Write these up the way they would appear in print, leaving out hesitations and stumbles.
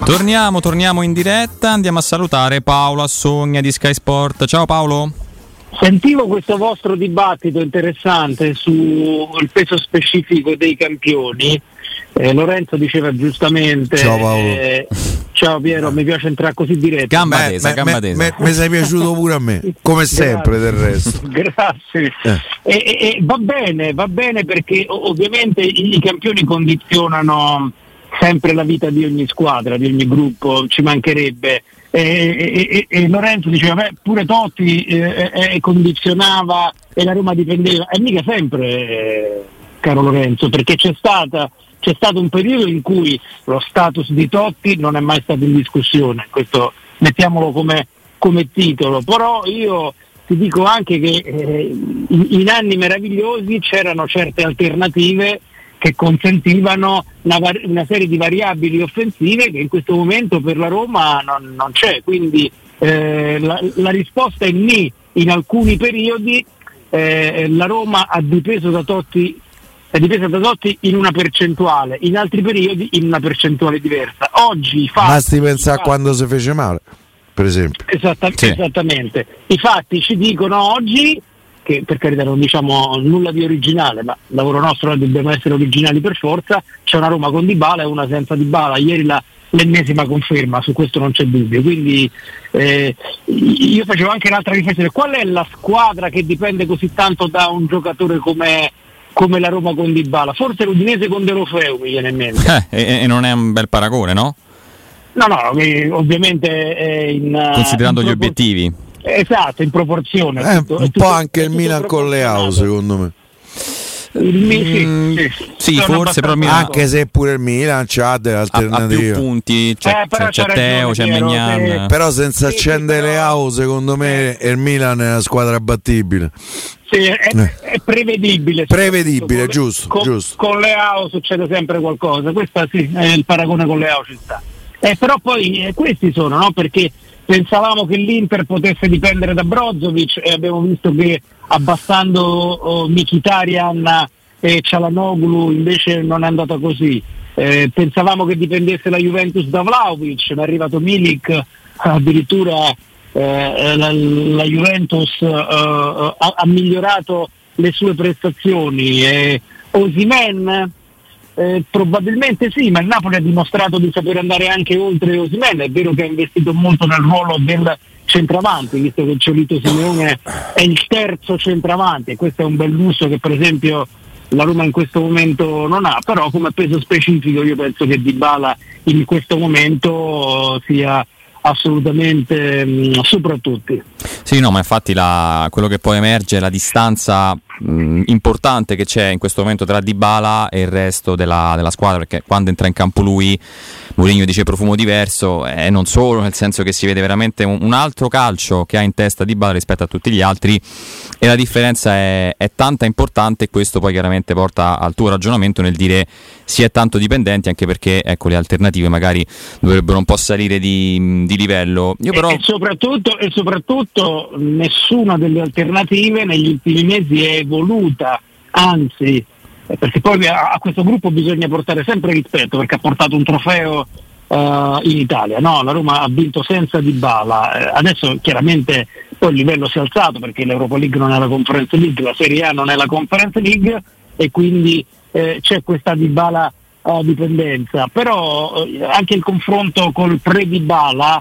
Torniamo in diretta, andiamo a salutare Paolo Assogna di Sky Sport. Ciao Paolo. Sentivo questo vostro dibattito interessante sul peso specifico dei campioni. Lorenzo diceva giustamente. Ciao Paolo. Ciao Piero, mi piace entrare così diretto. Gamba tesa. Mi sei piaciuto pure a me, come sempre del resto. Grazie. Va bene perché ovviamente i campioni condizionano sempre la vita di ogni squadra, di ogni gruppo, ci mancherebbe. E Lorenzo diceva pure Totti condizionava e la Roma dipendeva, e mica sempre, caro Lorenzo, perché c'è stato un periodo in cui lo status di Totti non è mai stato in discussione, questo mettiamolo come titolo, però io ti dico anche che in anni meravigliosi c'erano certe alternative che consentivano una serie di variabili offensive che in questo momento per la Roma non c'è, quindi la risposta è nì. In alcuni periodi la Roma ha dipeso da Totti in una percentuale, in altri periodi in una percentuale diversa. Oggi basti pensare a quando si fece male, per esempio. Esattamente. I fatti ci dicono oggi che, per carità, non diciamo nulla di originale, ma il lavoro nostro noi dobbiamo essere originali per forza. C'è una Roma con Dybala e una senza Dybala. Ieri l'ennesima conferma, su questo non c'è dubbio. Quindi io facevo anche un'altra riflessione: qual è la squadra che dipende così tanto da un giocatore come la Roma con Dybala? Forse l'Udinese con De Lofeu mi viene in mente. E non è un bel paragone, no? No, ovviamente considerando gli obiettivi. Esatto, in proporzione. Un po' anche il Milan con Leao, secondo me. Sì, forse, però il Milan, anche se pure il Milan c'ha delle alternative. Ha più punti, c'è Teo, c'è Maignan. Però senza accendere Leao, secondo me il Milan è una squadra battibile. Sì, è prevedibile. Prevedibile, giusto. Con Leao succede sempre qualcosa. Questo sì, il paragone con Leao ci sta. Però poi questi sono, no? Perché pensavamo che l'Inter potesse dipendere da Brozovic e abbiamo visto che abbassando Mkhitaryan e Çalhanoğlu invece non è andata così. Pensavamo che dipendesse la Juventus da Vlahovic, è arrivato Milik, addirittura la Juventus ha migliorato le sue prestazioni. Osimhen probabilmente sì, ma il Napoli ha dimostrato di saper andare anche oltre Osimhen. È vero che ha investito molto nel ruolo del centravanti, visto che il Ciolito Simeone è il terzo centravanti, e questo è un bel lusso che per esempio la Roma in questo momento non ha. Però come peso specifico io penso che Dybala in questo momento sia assolutamente sopra tutti. Sì, no, ma infatti quello che poi emerge è la distanza importante che c'è in questo momento tra Dybala e il resto della squadra, perché quando entra in campo lui, Mourinho dice profumo diverso, e non solo, nel senso che si vede veramente un altro calcio che ha in testa Dybala rispetto a tutti gli altri, e la differenza è tanta, importante, e questo poi chiaramente porta al tuo ragionamento nel dire si è tanto dipendenti, anche perché ecco, le alternative magari dovrebbero un po' salire di livello. Io però... e soprattutto nessuna delle alternative negli ultimi mesi è evoluta, anzi, perché poi a questo gruppo bisogna portare sempre rispetto, perché ha portato un trofeo in Italia, no? La Roma ha vinto senza Dybala, adesso chiaramente poi il livello si è alzato perché l'Europa League non è la Conference League, la Serie A non è la Conference League, e quindi c'è questa Dybala dipendenza. Però anche il confronto col pre-Dybala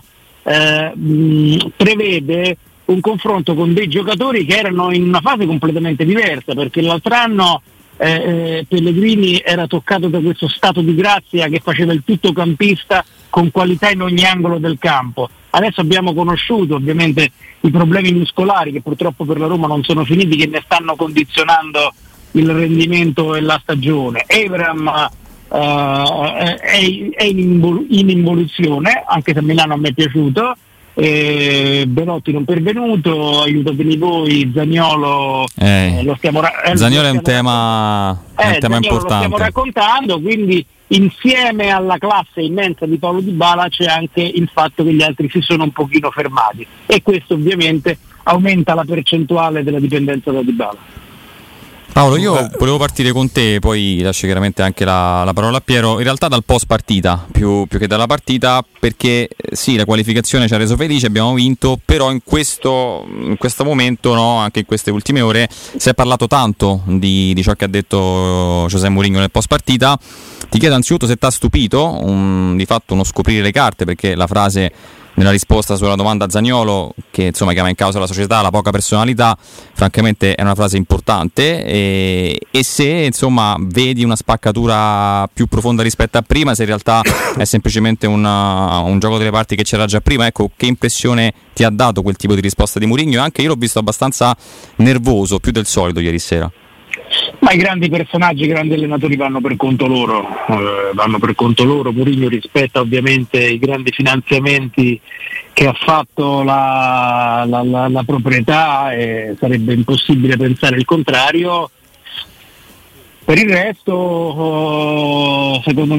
prevede un confronto con dei giocatori che erano in una fase completamente diversa, perché l'altro anno Pellegrini era toccato da questo stato di grazia che faceva il tuttocampista con qualità in ogni angolo del campo. Adesso abbiamo conosciuto ovviamente i problemi muscolari che purtroppo per la Roma non sono finiti, che ne stanno condizionando il rendimento e la stagione. Evram è in involuzione, anche se a Milano mi è piaciuto. Belotti non pervenuto, aiutatemi voi. Zaniolo Zaniolo è un tema importante, lo stiamo raccontando, quindi insieme alla classe immensa di Paulo Dybala c'è anche il fatto che gli altri si sono un pochino fermati, e questo ovviamente aumenta la percentuale della dipendenza da Dybala. Paolo, io volevo partire con te, poi lascio chiaramente anche la parola a Piero, in realtà dal post partita più che dalla partita, perché sì, la qualificazione ci ha reso felici, abbiamo vinto, però in questo momento, no, anche in queste ultime ore, si è parlato tanto di ciò che ha detto José Mourinho nel post partita. Ti chiedo anzitutto se ti ha stupito, di fatto uno scoprire le carte, perché la frase nella risposta sulla domanda a Zaniolo, che insomma chiama in causa la società, la poca personalità, francamente è una frase importante, e se insomma vedi una spaccatura più profonda rispetto a prima, se in realtà è semplicemente un gioco delle parti che c'era già prima. Ecco, che impressione ti ha dato quel tipo di risposta di Mourinho? E anche io l'ho visto abbastanza nervoso, più del solito ieri sera. Ma i grandi personaggi, i grandi allenatori vanno per conto loro, Mourinho rispetta ovviamente i grandi finanziamenti che ha fatto la proprietà, e sarebbe impossibile pensare il contrario. Per il resto, secondo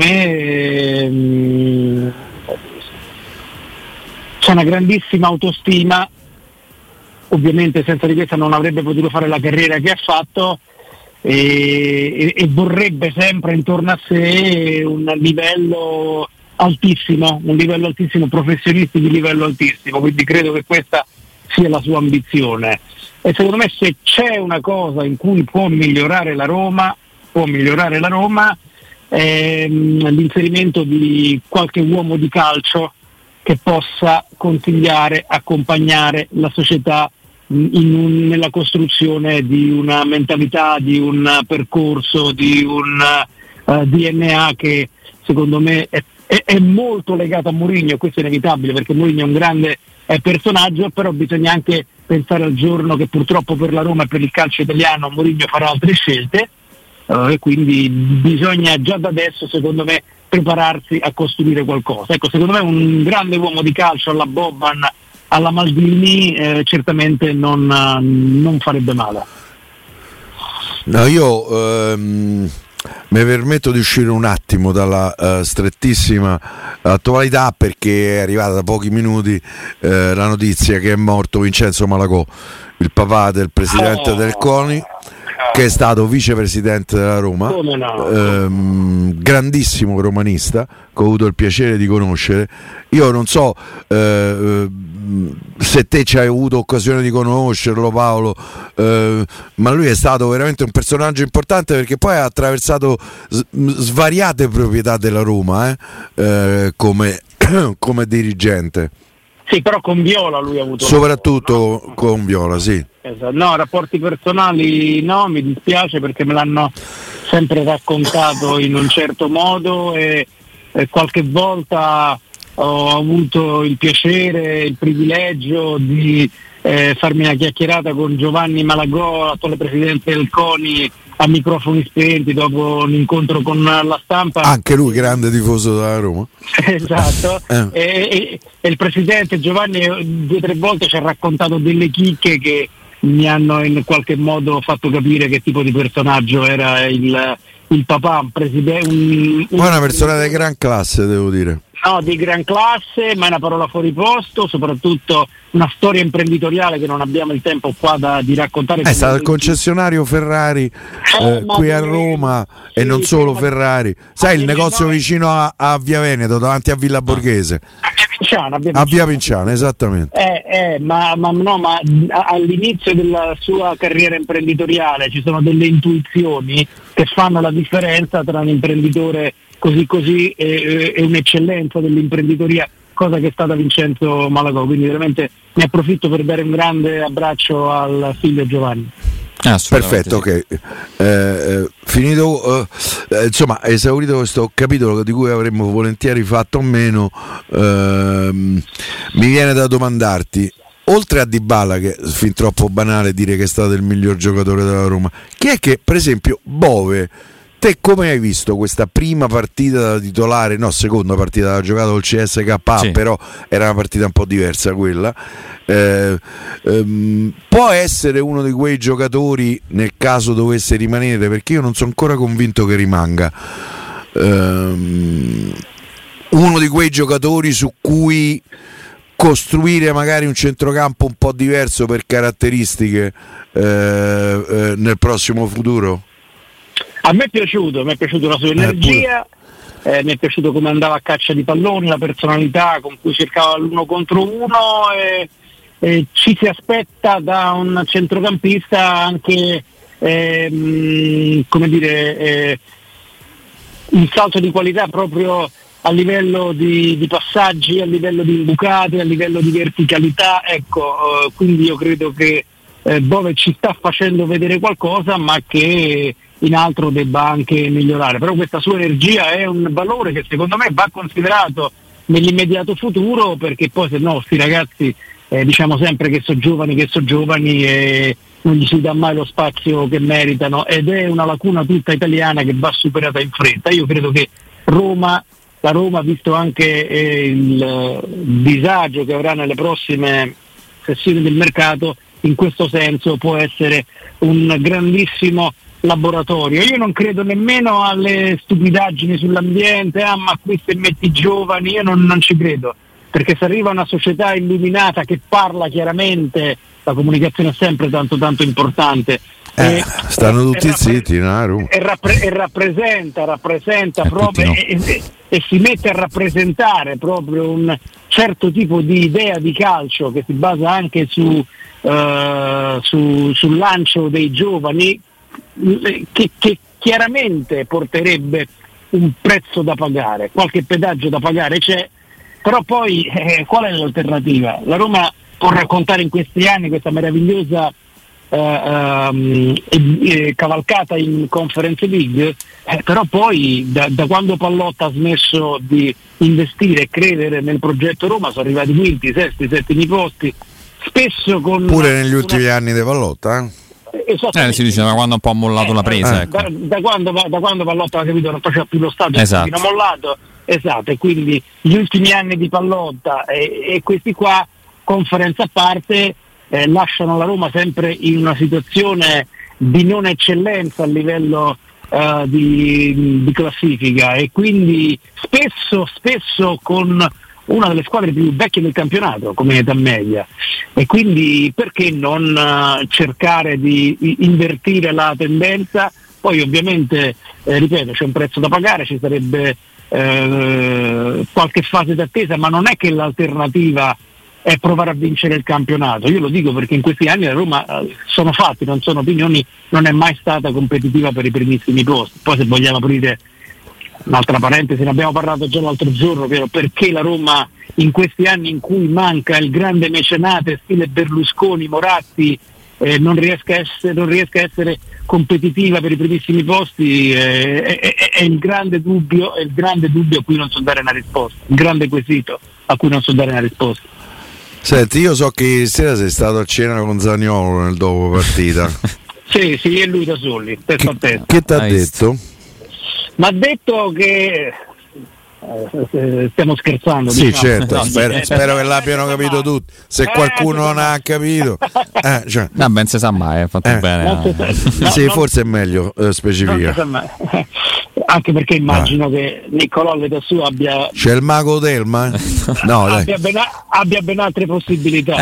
me, c'è una grandissima autostima, ovviamente senza di questa non avrebbe potuto fare la carriera che ha fatto, e vorrebbe sempre intorno a sé un livello altissimo, professionisti di livello altissimo, quindi credo che questa sia la sua ambizione. E secondo me, se c'è una cosa in cui può migliorare la Roma è l'inserimento di qualche uomo di calcio che possa consigliare, accompagnare la società nella costruzione di una mentalità, di un percorso, di un DNA che secondo me è molto legato a Mourinho. Questo è inevitabile perché Mourinho è un grande personaggio, però bisogna anche pensare al giorno che purtroppo per la Roma e per il calcio italiano Mourinho farà altre scelte, e quindi bisogna già da adesso, secondo me, prepararsi a costruire qualcosa. Ecco, secondo me un grande uomo di calcio alla Boban, alla Maldini, certamente non farebbe male. No, io mi permetto di uscire un attimo dalla strettissima attualità, perché è arrivata da pochi minuti la notizia che è morto Vincenzo Malagò, il papà del presidente del CONI, che è stato vicepresidente della Roma, grandissimo romanista che ho avuto il piacere di conoscere. Io non so se te ci hai avuto occasione di conoscerlo, Paolo, ma lui è stato veramente un personaggio importante, perché poi ha attraversato svariate proprietà della Roma come dirigente. Sì, però con Viola lui ha avuto... Soprattutto con Viola, sì. Esatto. No, rapporti personali no, mi dispiace perché me l'hanno sempre raccontato in un certo modo, e qualche volta ho avuto il piacere, il privilegio di farmi una chiacchierata con Giovanni Malagò, attuale presidente del CONI, a microfoni spenti dopo un incontro con la stampa. Anche lui grande tifoso della Roma. Esatto. E il presidente Giovanni 2 o 3 volte ci ha raccontato delle chicche che mi hanno in qualche modo fatto capire che tipo di personaggio era il papà, un presidente. Una persona di gran classe, devo dire. No, di gran classe, ma è una parola fuori posto, soprattutto una storia imprenditoriale che non abbiamo il tempo qua di raccontare. È stato il concessionario Ferrari qui a Roma, sì, e non solo Ferrari. Sai, il negozio vicino a Via Veneto, davanti a Villa Borghese. A Via Vinciana, esattamente. Ma all'inizio della sua carriera imprenditoriale ci sono delle intuizioni che fanno la differenza tra un imprenditore così e un'eccellenza dell'imprenditoria, cosa che è stata Vincenzo Malagò. Quindi veramente ne approfitto per dare un grande abbraccio al figlio Giovanni. Perfetto, sì. Ok. Finito, insomma, esaurito questo capitolo di cui avremmo volentieri fatto a meno, mi viene da domandarti, oltre a Dybala, che è fin troppo banale dire che è stato il miglior giocatore della Roma, chi è che, per esempio, Bove, te come hai visto questa prima partita da titolare, no, seconda partita da giocato col CSKA, sì. Però era una partita un po' diversa quella, può essere uno di quei giocatori, nel caso dovesse rimanere, perché io non sono ancora convinto che rimanga, uno di quei giocatori su cui costruire magari un centrocampo un po' diverso per caratteristiche nel prossimo futuro? A me è piaciuto la sua energia, mi è piaciuto come andava a caccia di palloni, la personalità con cui cercava l'uno contro uno, e ci si aspetta da un centrocampista anche un salto di qualità proprio a livello di passaggi, a livello di imbucate, a livello di verticalità, quindi io credo che Bove ci sta facendo vedere qualcosa, ma che in altro debba anche migliorare. Però questa sua energia è un valore che secondo me va considerato nell'immediato futuro, perché poi se no sti ragazzi diciamo sempre che sono giovani e non gli si dà mai lo spazio che meritano, ed è una lacuna tutta italiana che va superata in fretta. Io credo che la Roma, visto anche il disagio che avrà nelle prossime sessioni del mercato, in questo senso può essere un grandissimo laboratorio. Io non credo nemmeno alle stupidaggini sull'ambiente, ma qui se metti giovani, io non ci credo, perché se arriva una società illuminata che parla chiaramente, la comunicazione è sempre tanto importante. Stanno tutti zitti, no? E rappresenta proprio e si mette a rappresentare proprio un certo tipo di idea di calcio che si basa anche sul lancio dei giovani, che chiaramente porterebbe un prezzo da pagare, qualche pedaggio da pagare c'è, però poi qual è l'alternativa? La Roma può raccontare in questi anni questa meravigliosa cavalcata in Conference League, però poi da quando Pallotta ha smesso di investire e credere nel progetto Roma sono arrivati quinti, sesti, settimi posti, spesso con pure negli ultimi anni di Pallotta, si dice da quando un po' ha mollato la presa, ecco. da quando Pallotta ha capito non faceva più lo stadio, esatto. Ha mollato, esatto, e quindi gli ultimi anni di Pallotta e questi qua, conferenza a parte, lasciano la Roma sempre in una situazione di non eccellenza a livello di classifica, e quindi spesso con una delle squadre più vecchie del campionato come età media, e quindi perché non cercare di invertire la tendenza? Poi ovviamente ripeto, c'è un prezzo da pagare, ci sarebbe qualche fase d'attesa, ma non è che l'alternativa è provare a vincere il campionato. Io lo dico perché in questi anni la Roma, sono fatti, non sono opinioni, non è mai stata competitiva per i primissimi posti. Poi se vogliamo aprire un'altra parentesi, ne abbiamo parlato già l'altro giorno, perché la Roma in questi anni in cui manca il grande mecenate stile Berlusconi, Moratti, non riesca a essere competitiva per i primissimi posti, è il grande dubbio a cui non so dare una risposta, il grande quesito a cui non so dare una risposta. Senti, io so che ieri sera sei stato a cena con Zaniolo nel dopo partita. sì, e lui da soli, testa a testa. Che ti ha detto? Mi ha detto che stiamo scherzando. Sì, diciamo. certo, spero che l'abbiano capito tutti. Se qualcuno non ha capito, ben si sa mai, ha fatto bene. Sì, forse è meglio specificare. Anche perché immagino che Niccolò Ledassù abbia. C'è il mago Telma? No, abbia ben altre possibilità.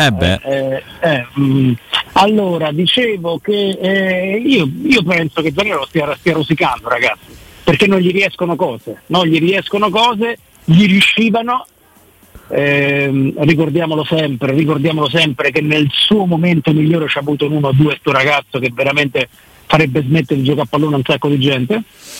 Allora, dicevo che io penso che Zaniolo stia rosicando, ragazzi, perché non gli riescono cose, gli riuscivano. Ricordiamolo sempre che nel suo momento migliore c'ha avuto un 1-2 sto ragazzo che veramente farebbe smettere di giocare a pallone a un sacco di gente,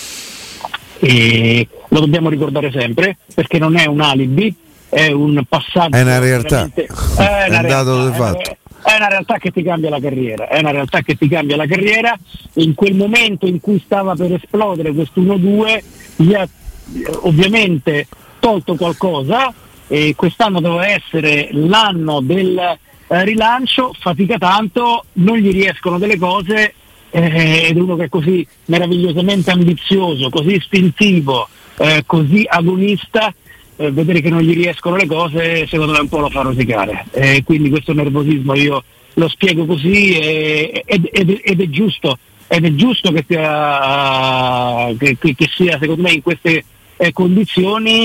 e lo dobbiamo ricordare sempre perché non è un alibi, è un passaggio, è una realtà, è un dato di fatto. È una realtà che ti cambia la carriera, in quel momento in cui stava per esplodere questo 1-2 gli ha ovviamente tolto qualcosa, e quest'anno doveva essere l'anno del rilancio, fatica tanto, non gli riescono delle cose, ed uno che è così meravigliosamente ambizioso, così istintivo, così agonista, vedere che non gli riescono le cose secondo me un po' lo fa rosicare, quindi questo nervosismo io lo spiego così, ed è giusto che sia secondo me in queste condizioni,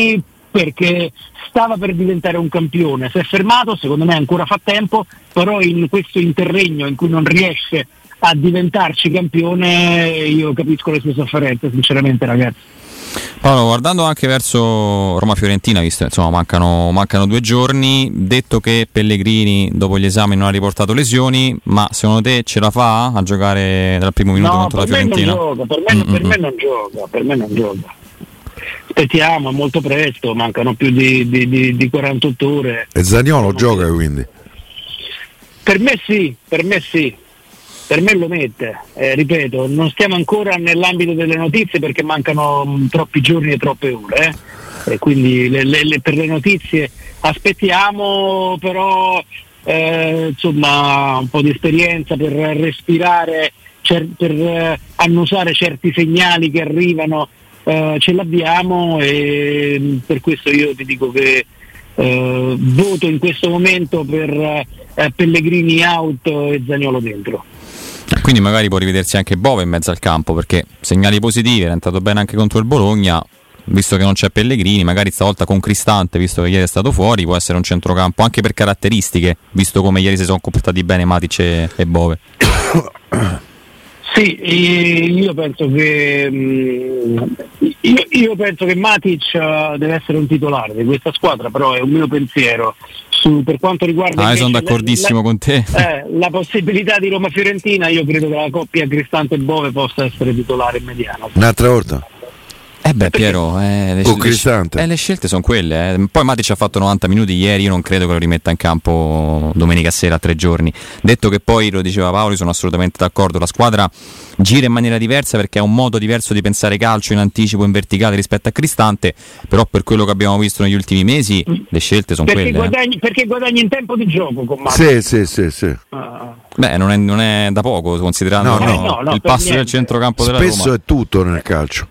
perché stava per diventare un campione, si è fermato, secondo me ancora fa tempo, però in questo interregno in cui non riesce a diventarci campione io capisco le sue sofferenze, sinceramente, ragazzi. Paolo, guardando anche verso Roma-Fiorentina, visto insomma mancano 2 giorni, detto che Pellegrini dopo gli esami non ha riportato lesioni, ma secondo te ce la fa a giocare dal primo minuto contro la Fiorentina? Per me non gioca. Aspettiamo, è molto presto, mancano più di 48 ore. E Zaniolo gioca quindi? Per me sì. Per me lo mette, ripeto, non stiamo ancora nell'ambito delle notizie perché mancano troppi giorni e troppe ore, e quindi per le notizie aspettiamo, però insomma un po' di esperienza per respirare, per annusare certi segnali che arrivano, ce l'abbiamo, e per questo io ti dico che voto in questo momento per Pellegrini out e Zaniolo dentro. Quindi magari può rivedersi anche Bove in mezzo al campo, perché segnali positivi, è entrato bene anche contro il Bologna, visto che non c'è Pellegrini, magari stavolta con Cristante, visto che ieri è stato fuori, può essere un centrocampo anche per caratteristiche, visto come ieri si sono comportati bene Matic e Bove. Sì, io penso che Matic deve essere un titolare di questa squadra, però è un mio pensiero per quanto riguarda io sono d'accordissimo con te. La possibilità di Roma-Fiorentina. Io credo che la coppia Cristante e Bove possa essere titolare immediato. Un'altra volta? Piero, le scelte sono quelle. Poi Matic ha fatto 90 minuti ieri, io non credo che lo rimetta in campo domenica sera a 3 giorni. Detto che poi, lo diceva Paolo, sono assolutamente d'accordo, la squadra gira in maniera diversa perché ha un modo diverso di pensare calcio in anticipo, in verticale rispetto a Cristante, però per quello che abbiamo visto negli ultimi mesi le scelte sono quelle. Perché guadagni in tempo di gioco con Matic. Sì. Non è da poco, considerando il passo del centrocampo della Roma. Spesso è tutto nel calcio.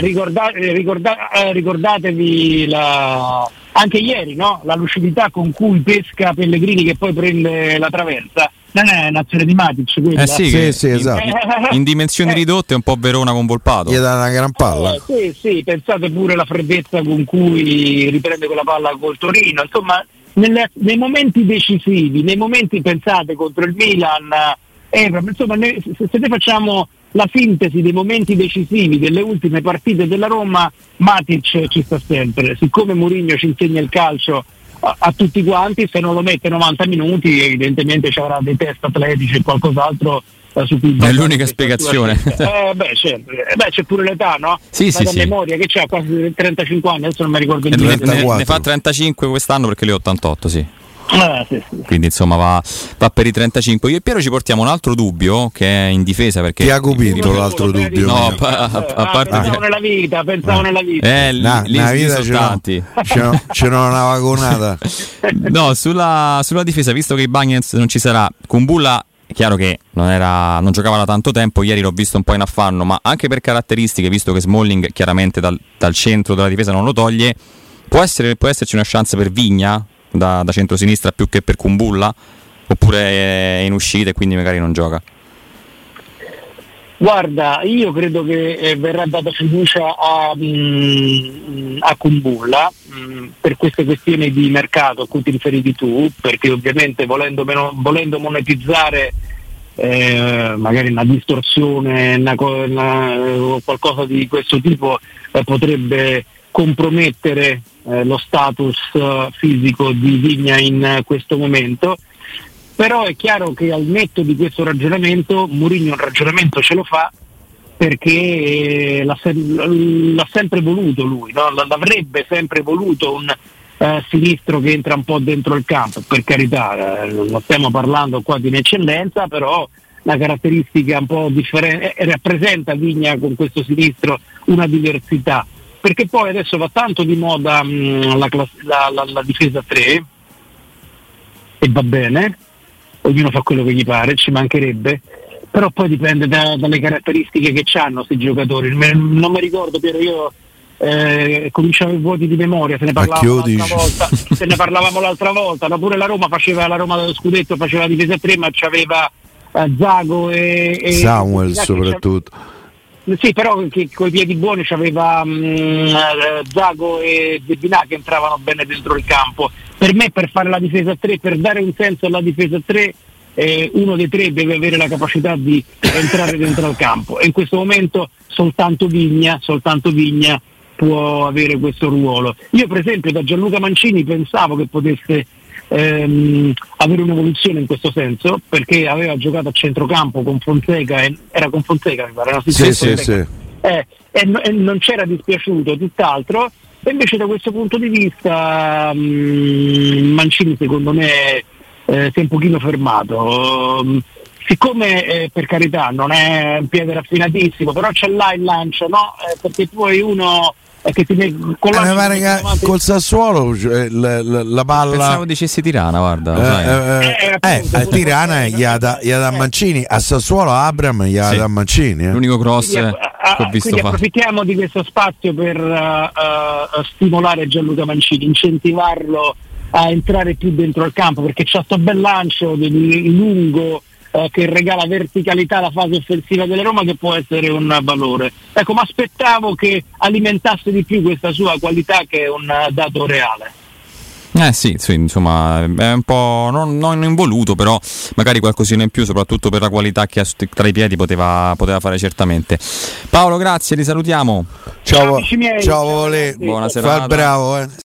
Ricordatevi anche ieri, no? La lucidità con cui pesca Pellegrini che poi prende la traversa. Non è un'azione di Matic quella. Sì, esatto. In dimensioni ridotte è un po' Verona con Volpato. Gli dà una gran palla. Sì, pensate pure la freddezza con cui riprende quella palla col Torino, insomma nei momenti decisivi, nei momenti, pensate, contro il Milan, insomma se noi facciamo la sintesi dei momenti decisivi delle ultime partite della Roma, Matic ci sta sempre. Siccome Mourinho ci insegna il calcio a tutti quanti, se non lo mette 90 minuti evidentemente ci avrà dei test atletici e qualcos'altro su cui è l'unica spiegazione. C'è pure l'età, no? Sì. Memoria che c'ha quasi 35 anni, adesso non mi ricordo il ne fa 35 quest'anno perché lui è 88, sì. Sì. Quindi insomma va per i 35. Io e Piero ci portiamo un altro dubbio che è in difesa, perché Tiago Pinto l'altro dubbio. No, a parte pensavo nella vita. Lì sono tanti. C'è una vagonata. No, sulla difesa, visto che i Bagnets non ci sarà, Kumbulla è chiaro che non giocava da tanto tempo, ieri l'ho visto un po' in affanno, ma anche per caratteristiche, visto che Smalling chiaramente dal centro della difesa non lo toglie, può esserci una chance per Vigna da centrosinistra più che per Kumbulla, oppure è in uscita e quindi magari non gioca? Guarda, io credo che verrà data fiducia a Kumbulla per queste questioni di mercato a cui ti riferivi tu, perché ovviamente volendo monetizzare magari una distorsione o qualcosa di questo tipo potrebbe compromettere lo status fisico di Vigna in questo momento. Però è chiaro che al netto di questo ragionamento Mourinho un ragionamento ce lo fa, perché l'ha sempre voluto lui, no? L'avrebbe sempre voluto un sinistro che entra un po' dentro il campo, per carità, non stiamo parlando qua di un'eccellenza, però la caratteristica un po' differente rappresenta Vigna con questo sinistro una diversità, perché poi adesso va tanto di moda la difesa 3 e va bene, ognuno fa quello che gli pare, ci mancherebbe, però poi dipende dalle caratteristiche che hanno questi giocatori. Non mi ricordo, Piero, io cominciavo i vuoti di memoria, se ne parlavamo l'altra volta, no? Pure la Roma dello scudetto faceva la difesa 3, ma c'aveva Zago e Samuel soprattutto. sì, però che coi piedi buoni c'aveva Zago e Zebinà che entravano bene dentro il campo. Per me, per fare la difesa a 3, per dare un senso alla difesa a 3, uno dei 3 deve avere la capacità di entrare dentro al campo, e in questo momento soltanto Vigna può avere questo ruolo. Io per esempio da Gianluca Mancini pensavo che potesse avere un'evoluzione in questo senso, perché aveva giocato a centrocampo con Fonseca, era con Fonseca mi pare, no? Sì. E non c'era dispiaciuto, tutt'altro. E invece da questo punto di vista Mancini secondo me si è un pochino fermato, siccome per carità non è un piede raffinatissimo, però c'è là il lancio, no? Perché poi uno che ti mi pare che col Sassuolo la palla, pensavo dicessi Tirana, guarda, Tirana gli ha da Mancini, a Sassuolo Abraham gli ha da Mancini, l'unico cross che ho visto quindi approfittiamo di questo spazio per stimolare Gianluca Mancini, incentivarlo a entrare più dentro il campo, perché c'ha sto bel lancio lungo che regala verticalità alla fase offensiva della Roma, che può essere un valore. Ecco, ma aspettavo che alimentasse di più questa sua qualità, che è un dato reale. Sì, insomma è un po' non involuto, però magari qualcosina in più, soprattutto per la qualità che ha tra i piedi poteva fare certamente. Paolo, grazie, li salutiamo. Ciao, amici miei, ciao, buona serata. Fa il bravo,